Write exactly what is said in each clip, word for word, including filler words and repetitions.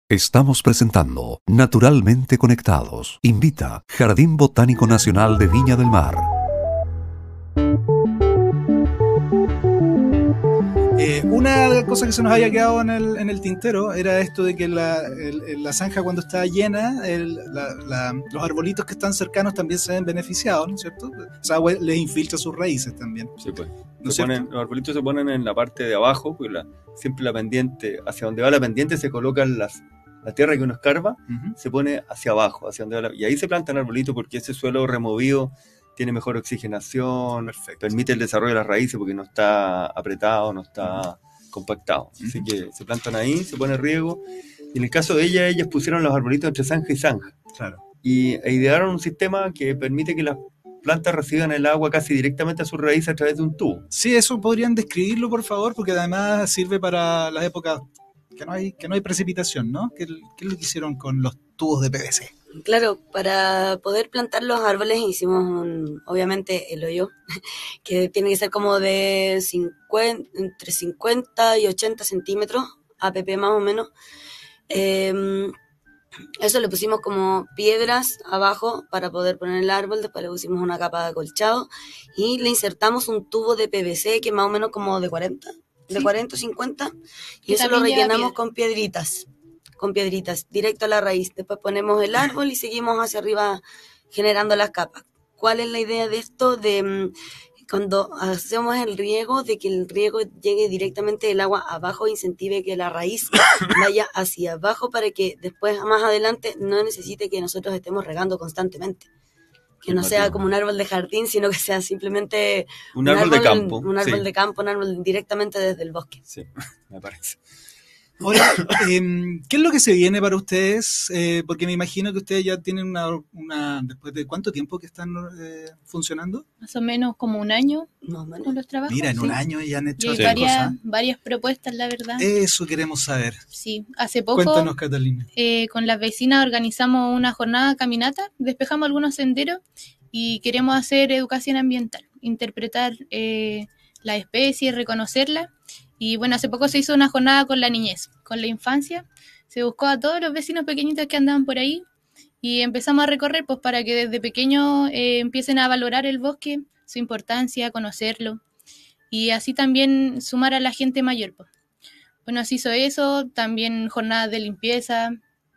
Estamos presentando Naturalmente Conectados. Invita Jardín Botánico Nacional de Viña del Mar. Eh, una de las cosas que se nos había quedado en el, en el tintero era esto de que la, el, la zanja, cuando está llena, el, la, la, los arbolitos que están cercanos también se ven beneficiados, ¿no es cierto? Esa agua les infiltra sus raíces también. Sí, pues. ¿No Se ponen, los arbolitos se ponen en la parte de abajo, porque la, siempre la pendiente, hacia donde va la pendiente se colocan las, la tierra que uno escarba, uh-huh. se pone hacia abajo, hacia donde va la, y ahí se plantan arbolitos porque ese suelo removido tiene mejor oxigenación, perfecto, permite el desarrollo de las raíces porque no está apretado, no está uh-huh. compactado. Uh-huh. Así que se plantan ahí, se pone riego. Y en el caso de ella, ellas pusieron los arbolitos entre zanja y zanja. Claro. Y e idearon un sistema que permite que las plantas reciban el agua casi directamente a sus raíces a través de un tubo. Sí, eso podrían describirlo, por favor, porque además sirve para las épocas que no hay, que no hay precipitación, ¿no? ¿Qué, qué es lo que hicieron con los tubos de P V C? Claro, para poder plantar los árboles hicimos un, obviamente el hoyo, que tiene que ser como de cincuenta, entre cincuenta y ochenta centímetros, A P P más o menos. Eh, eso le pusimos como piedras abajo para poder poner el árbol, después le pusimos una capa de acolchado y le insertamos un tubo de P V C que más o menos como de cuarenta, de sí. cuarenta o cincuenta, y, y eso lo rellenamos con piedritas. con piedritas, directo a la raíz. Después ponemos el árbol y seguimos hacia arriba generando las capas. ¿Cuál es la idea de esto? De cuando hacemos el riego, de que el riego llegue directamente del agua abajo, incentive que la raíz vaya hacia abajo para que después, más adelante, no necesite que nosotros estemos regando constantemente. Que no sea como un árbol de jardín, sino que sea simplemente un, un árbol, árbol de campo. Un árbol sí. de campo, un árbol directamente desde el bosque. Sí, me parece. Ahora, eh, ¿qué es lo que se viene para ustedes? Eh, porque me imagino que ustedes ya tienen una, una después de ¿cuánto tiempo que están eh, funcionando? Más o menos como un año no, bueno. con los trabajos. Mira, en sí. un año ya han hecho sí, varias, cosas. varias propuestas, la verdad. Eso queremos saber. Sí, hace poco. Cuéntanos, Catalina. Eh, con las vecinas organizamos una jornada de caminata, despejamos algunos senderos y queremos hacer educación ambiental, interpretar eh, la especie, reconocerla. Y bueno, hace poco se hizo una jornada con la niñez, con la infancia. Se buscó a todos los vecinos pequeñitos que andaban por ahí y empezamos a recorrer pues para que desde pequeños eh, empiecen a valorar el bosque, su importancia, conocerlo y así también sumar a la gente mayor. Pues. Bueno, se hizo eso, también jornadas de limpieza,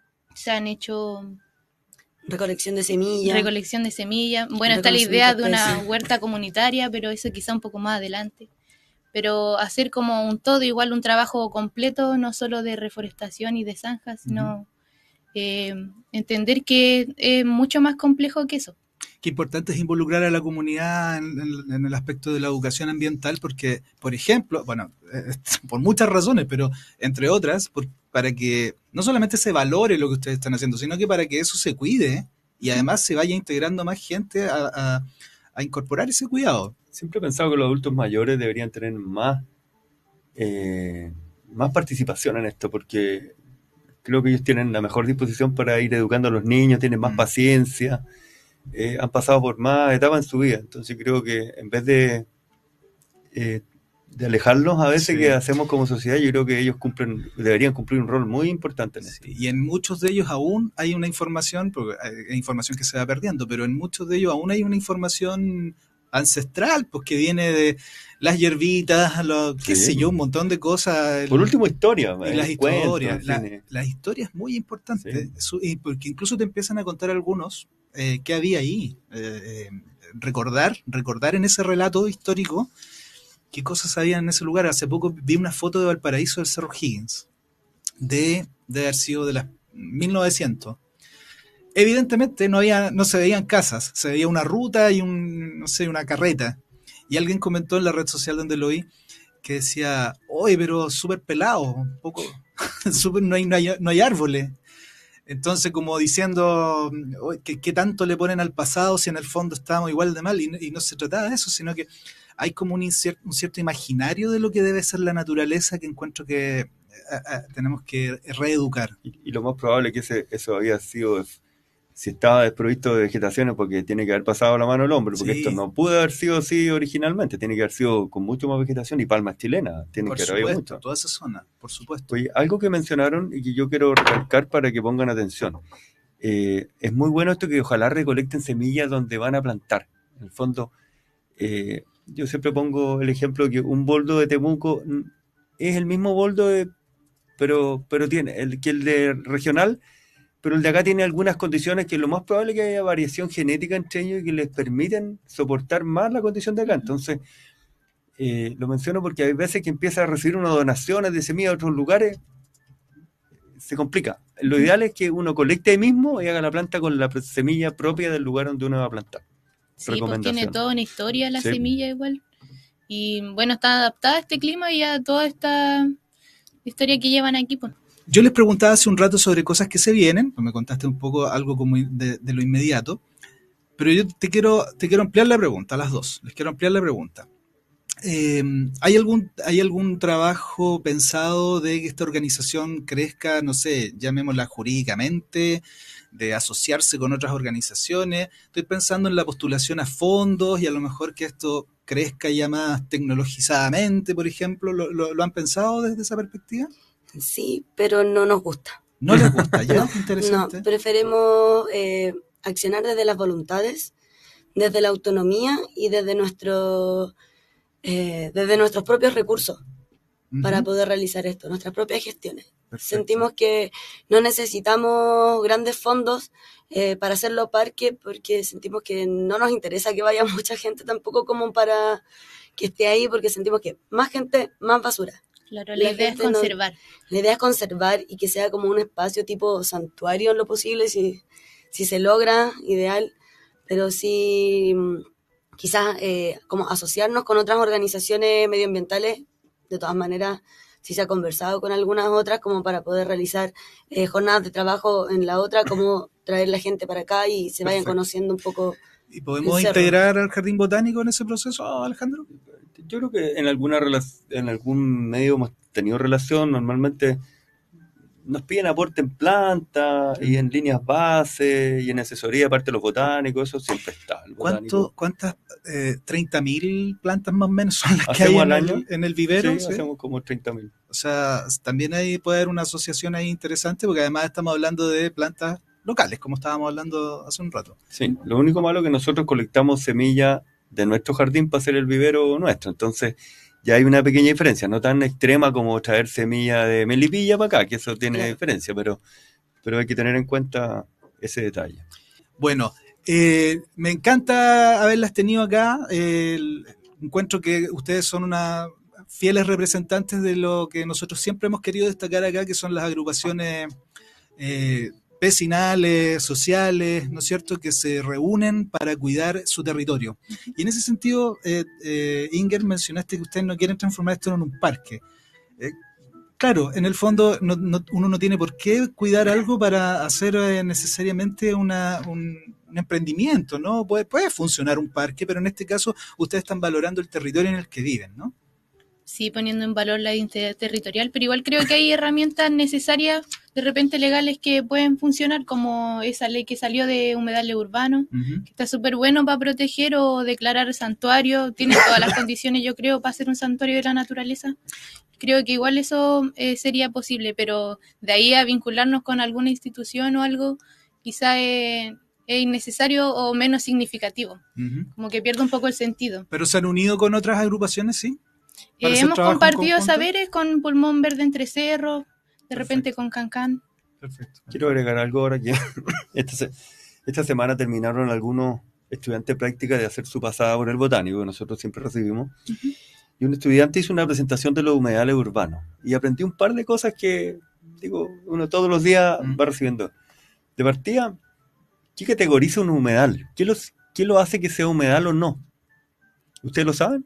se han hecho... Recolección de semillas. Recolección de semillas. Bueno, está la idea de una huerta comunitaria, pero eso quizá un poco más adelante. Pero hacer como un todo, igual un trabajo completo, no solo de reforestación y de zanjas, sino uh-huh. eh, entender que es mucho más complejo que eso. Qué importante es involucrar a la comunidad en, en, en el aspecto de la educación ambiental, porque, por ejemplo, bueno, eh, por muchas razones, pero entre otras, por, para que no solamente se valore lo que ustedes están haciendo, sino que para que eso se cuide y además se vaya integrando más gente a, a, a incorporar ese cuidado. Siempre he pensado que los adultos mayores deberían tener más, eh, más participación en esto, porque creo que ellos tienen la mejor disposición para ir educando a los niños, tienen más mm. paciencia, eh, han pasado por más etapas en su vida. Entonces creo que en vez de, eh, de alejarlos a veces sí. que hacemos como sociedad, yo creo que ellos cumplen deberían cumplir un rol muy importante en esto. Sí, y en muchos de ellos aún hay una información, porque hay información que se va perdiendo, pero en muchos de ellos aún hay una información ancestral, pues que viene de las hierbitas, lo, qué sí. sé yo, un montón de cosas. Por último, historia. Y las historias. La, la historia es muy importante, sí. porque incluso te empiezan a contar algunos eh, qué había ahí. Eh, eh, recordar, recordar en ese relato histórico qué cosas había en ese lugar. Hace poco vi una foto de Valparaíso del Cerro Higgins, de, de haber sido de las mil novecientos. Evidentemente no había, no se veían casas, se veía una ruta y un, no sé, una carreta. Y alguien comentó en la red social donde lo vi que decía, oye, pero súper pelado, un poco, super, no, hay, no, hay, no hay árboles. Entonces, como diciendo, ¿qué, ¿qué tanto le ponen al pasado si en el fondo estábamos igual de mal? Y, y no se trataba de eso, sino que hay como un, incierto, un cierto imaginario de lo que debe ser la naturaleza que encuentro que a, a, tenemos que reeducar. Y, y lo más probable es que ese, eso había sido si estaba desprovisto de vegetación es porque tiene que haber pasado la mano al hombre, porque sí. Esto no pudo haber sido así originalmente, tiene que haber sido con mucho más vegetación y palmas chilenas, tiene por que haber habido mucho. Toda esa zona, por supuesto. Oye, algo que mencionaron y que yo quiero recalcar para que pongan atención, eh, es muy bueno esto que ojalá recolecten semillas donde van a plantar. En el fondo, eh, yo siempre pongo el ejemplo que un boldo de Temuco es el mismo boldo de, pero, pero tiene, el, que el de regional, pero el de acá tiene algunas condiciones que lo más probable es que haya variación genética entre ellos y que les permiten soportar más la condición de acá. Entonces, eh, lo menciono porque hay veces que empieza a recibir unas donaciones de semillas de otros lugares, se complica. Lo ideal es que uno colecte ahí mismo y haga la planta con la semilla propia del lugar donde uno va a plantar. Sí, pues tiene toda una historia la sí. semilla igual. Y bueno, está adaptada a este clima y a toda esta historia que llevan aquí, pues. Yo les preguntaba hace un rato sobre cosas que se vienen, pues me contaste un poco algo como de, de lo inmediato, pero yo te quiero, te quiero ampliar la pregunta, a las dos, les quiero ampliar la pregunta. Eh, ¿hay algún, ¿Hay algún trabajo pensado de que esta organización crezca, no sé, llamémosla jurídicamente, de asociarse con otras organizaciones? Estoy pensando en la postulación a fondos y a lo mejor que esto crezca ya más tecnologizadamente, por ejemplo. ¿Lo, lo, lo han pensado desde esa perspectiva? Sí, pero no nos gusta. ¿No les gusta? ¿Ya? Interesante. No, preferimos eh, accionar desde las voluntades, desde la autonomía y desde nuestro, eh, desde nuestros propios recursos uh-huh. para poder realizar esto, nuestras propias gestiones. Perfecto. Sentimos que no necesitamos grandes fondos eh, para hacerlo parque, porque sentimos que no nos interesa que vaya mucha gente tampoco como para que esté ahí, porque sentimos que más gente, más basura. Claro, la, la idea es conservar. No, la idea es conservar y que sea como un espacio tipo santuario en lo posible, si, si se logra, ideal, pero sí quizás eh, como asociarnos con otras organizaciones medioambientales, de todas maneras, si se ha conversado con algunas otras como para poder realizar eh, jornadas de trabajo en la otra, como traer la gente para acá y se vayan Perfecto. Conociendo un poco. ¿Y podemos integrar al Jardín Botánico en ese proceso, Alejandro? Yo creo que en alguna en algún medio hemos tenido relación, normalmente nos piden aporte en planta sí. y en líneas base y en asesoría aparte de los botánicos, eso siempre está. ¿Cuánto, ¿Cuántas eh, treinta mil plantas más o menos son las que hay en el, en el vivero? Sí, ¿sí? Hacemos como treinta mil. O sea, también ahí puede haber una asociación ahí interesante porque además estamos hablando de plantas locales, como estábamos hablando hace un rato. Sí, lo único malo es que nosotros colectamos semillas de nuestro jardín para hacer el vivero nuestro, entonces ya hay una pequeña diferencia, no tan extrema como traer semilla de Melipilla para acá, que eso tiene claro. diferencia, pero, pero hay que tener en cuenta ese detalle. Bueno, eh, me encanta haberlas tenido acá, eh, encuentro que ustedes son una fieles representantes de lo que nosotros siempre hemos querido destacar acá, que son las agrupaciones eh, vecinales, sociales, ¿no es cierto?, que se reúnen para cuidar su territorio. Y en ese sentido, eh, eh, Inger, mencionaste que ustedes no quieren transformar esto en un parque. Eh, claro, en el fondo no, no, uno no tiene por qué cuidar algo para hacer eh, necesariamente una, un, un emprendimiento, ¿no? Puede, puede funcionar un parque, pero en este caso ustedes están valorando el territorio en el que viven, ¿no? Sí, poniendo en valor la identidad territorial, pero igual creo que hay herramientas necesarias, de repente legales, que pueden funcionar, como esa ley que salió de humedales urbanos, uh-huh. que está súper bueno para proteger o declarar santuario, tiene todas las condiciones, yo creo, para ser un santuario de la naturaleza. Creo que igual eso eh, sería posible, pero de ahí a vincularnos con alguna institución o algo, quizá es, es innecesario o menos significativo, uh-huh. como que pierde un poco el sentido. ¿Pero se han unido con otras agrupaciones, sí? Eh, hemos compartido saberes con Pulmón Verde Entre Cerros, de Perfecto. Repente con Cancán. Perfecto. Quiero agregar algo ahora que esta, se, esta semana terminaron algunos estudiantes de práctica de hacer su pasada por el botánico, que nosotros siempre recibimos, uh-huh. y un estudiante hizo una presentación de los humedales urbanos, y aprendí un par de cosas que, digo, uno todos los días uh-huh. va recibiendo. De partida, ¿qué categoriza un humedal? ¿Qué, los, ¿Qué lo hace que sea humedal o no? ¿Ustedes lo saben?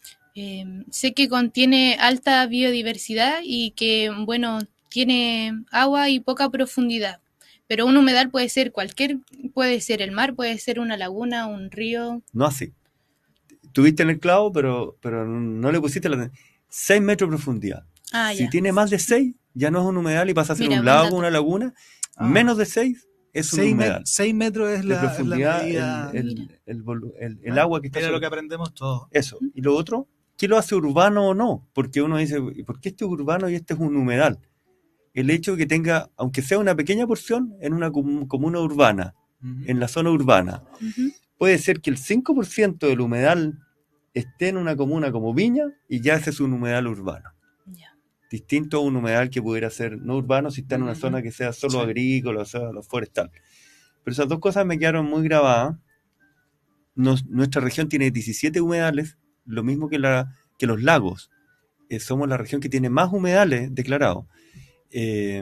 Eh, sé que contiene alta biodiversidad y que, bueno, tiene agua y poca profundidad, pero un humedal puede ser cualquier, puede ser el mar, puede ser una laguna, un río. No así. Tuviste en el clavo, pero, pero no le pusiste la... seis metros de profundidad. Ah, si ya. Tiene más de seis, ya no es un humedal y pasa a ser Mira, un lago, una laguna. Ah. Menos de seis es un humedal. seis metros es la, de profundidad, es la medida. el, el, el, el, el agua que está Era sobre... lo que aprendemos todos. Eso. Y lo otro, ¿qué lo hace urbano o no? Porque uno dice, ¿por qué este es urbano y este es un humedal? El hecho de que tenga, aunque sea una pequeña porción, en una com- comuna urbana, uh-huh. en la zona urbana, uh-huh. puede ser que el cinco por ciento del humedal esté en una comuna como Viña y ya ese es un humedal urbano. Yeah. Distinto a un humedal que pudiera ser no urbano si está en una uh-huh. zona que sea solo sí. agrícola, o sea, forestal. Pero esas dos cosas me quedaron muy grabadas. Nos, nuestra región tiene diecisiete humedales, lo mismo que, la, que los lagos. Eh, somos la región que tiene más humedales declarados. Eh,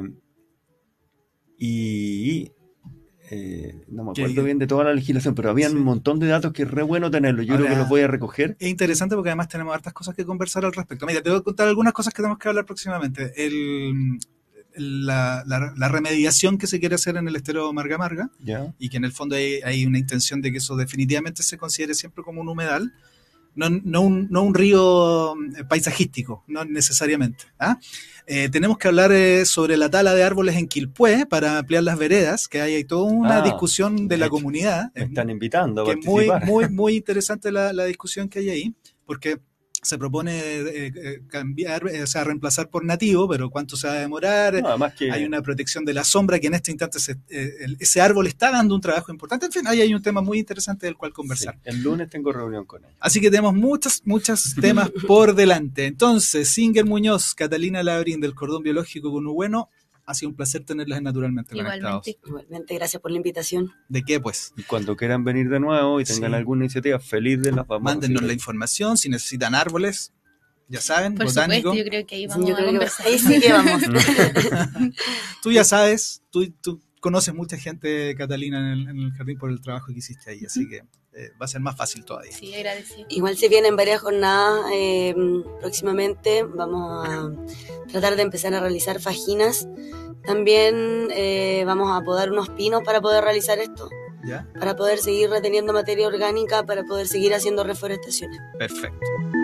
y eh, no me acuerdo ¿Qué? bien de toda la legislación, pero había sí. un montón de datos que es re bueno tenerlos. Yo Ahora, creo que los voy a recoger. Es interesante porque además tenemos hartas cosas que conversar al respecto. Mira, te voy a contar algunas cosas que tenemos que hablar próximamente. El, la, la, la remediación que se quiere hacer en el estero Marga Marga, yeah. y que en el fondo hay, hay una intención de que eso definitivamente se considere siempre como un humedal. No, no, un, no un río paisajístico, no necesariamente. ¿ah? Eh, tenemos que hablar eh, sobre la tala de árboles en Quilpué para ampliar las veredas, que hay, hay toda una ah, discusión de la comunidad. Me están invitando a que participar. Es muy, muy, muy interesante la, la discusión que hay ahí, porque se propone eh, cambiar, o sea, reemplazar por nativo, pero ¿cuánto se va a demorar? No, además que... Hay una protección de la sombra que en este instante se, eh, el, ese árbol está dando un trabajo importante. En fin, ahí hay un tema muy interesante del cual conversar. Sí, el lunes tengo reunión con ellos. Así que tenemos muchos, muchos temas por delante. Entonces, Singer Muñoz, Catalina Labrín del Cordón Biológico Conubueno, ha sido un placer tenerlas Naturalmente Igualmente. Conectados. Igualmente, gracias por la invitación. ¿De qué, pues? Y cuando quieran venir de nuevo y tengan sí. alguna iniciativa, feliz de las vamos. Mándennos la información, si necesitan árboles. Ya saben, por botánico. Supuesto, yo creo que ahí vamos yo a creo conversar. Que ahí sí que vamos. Tú ya sabes, tú, tú conoces mucha gente, Catalina, en el, en el jardín por el trabajo que hiciste ahí, así que eh, va a ser más fácil todavía. Sí, agradecido. Igual se vienen varias jornadas eh, próximamente, vamos a tratar de empezar a realizar fajinas. También eh, vamos a podar unos pinos para poder realizar esto. ¿Ya? Para poder seguir reteniendo materia orgánica, para poder seguir haciendo reforestaciones. Perfecto.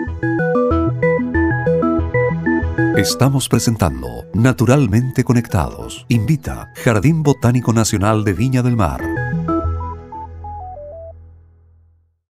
Estamos presentando Naturalmente Conectados. Invita Jardín Botánico Nacional de Viña del Mar.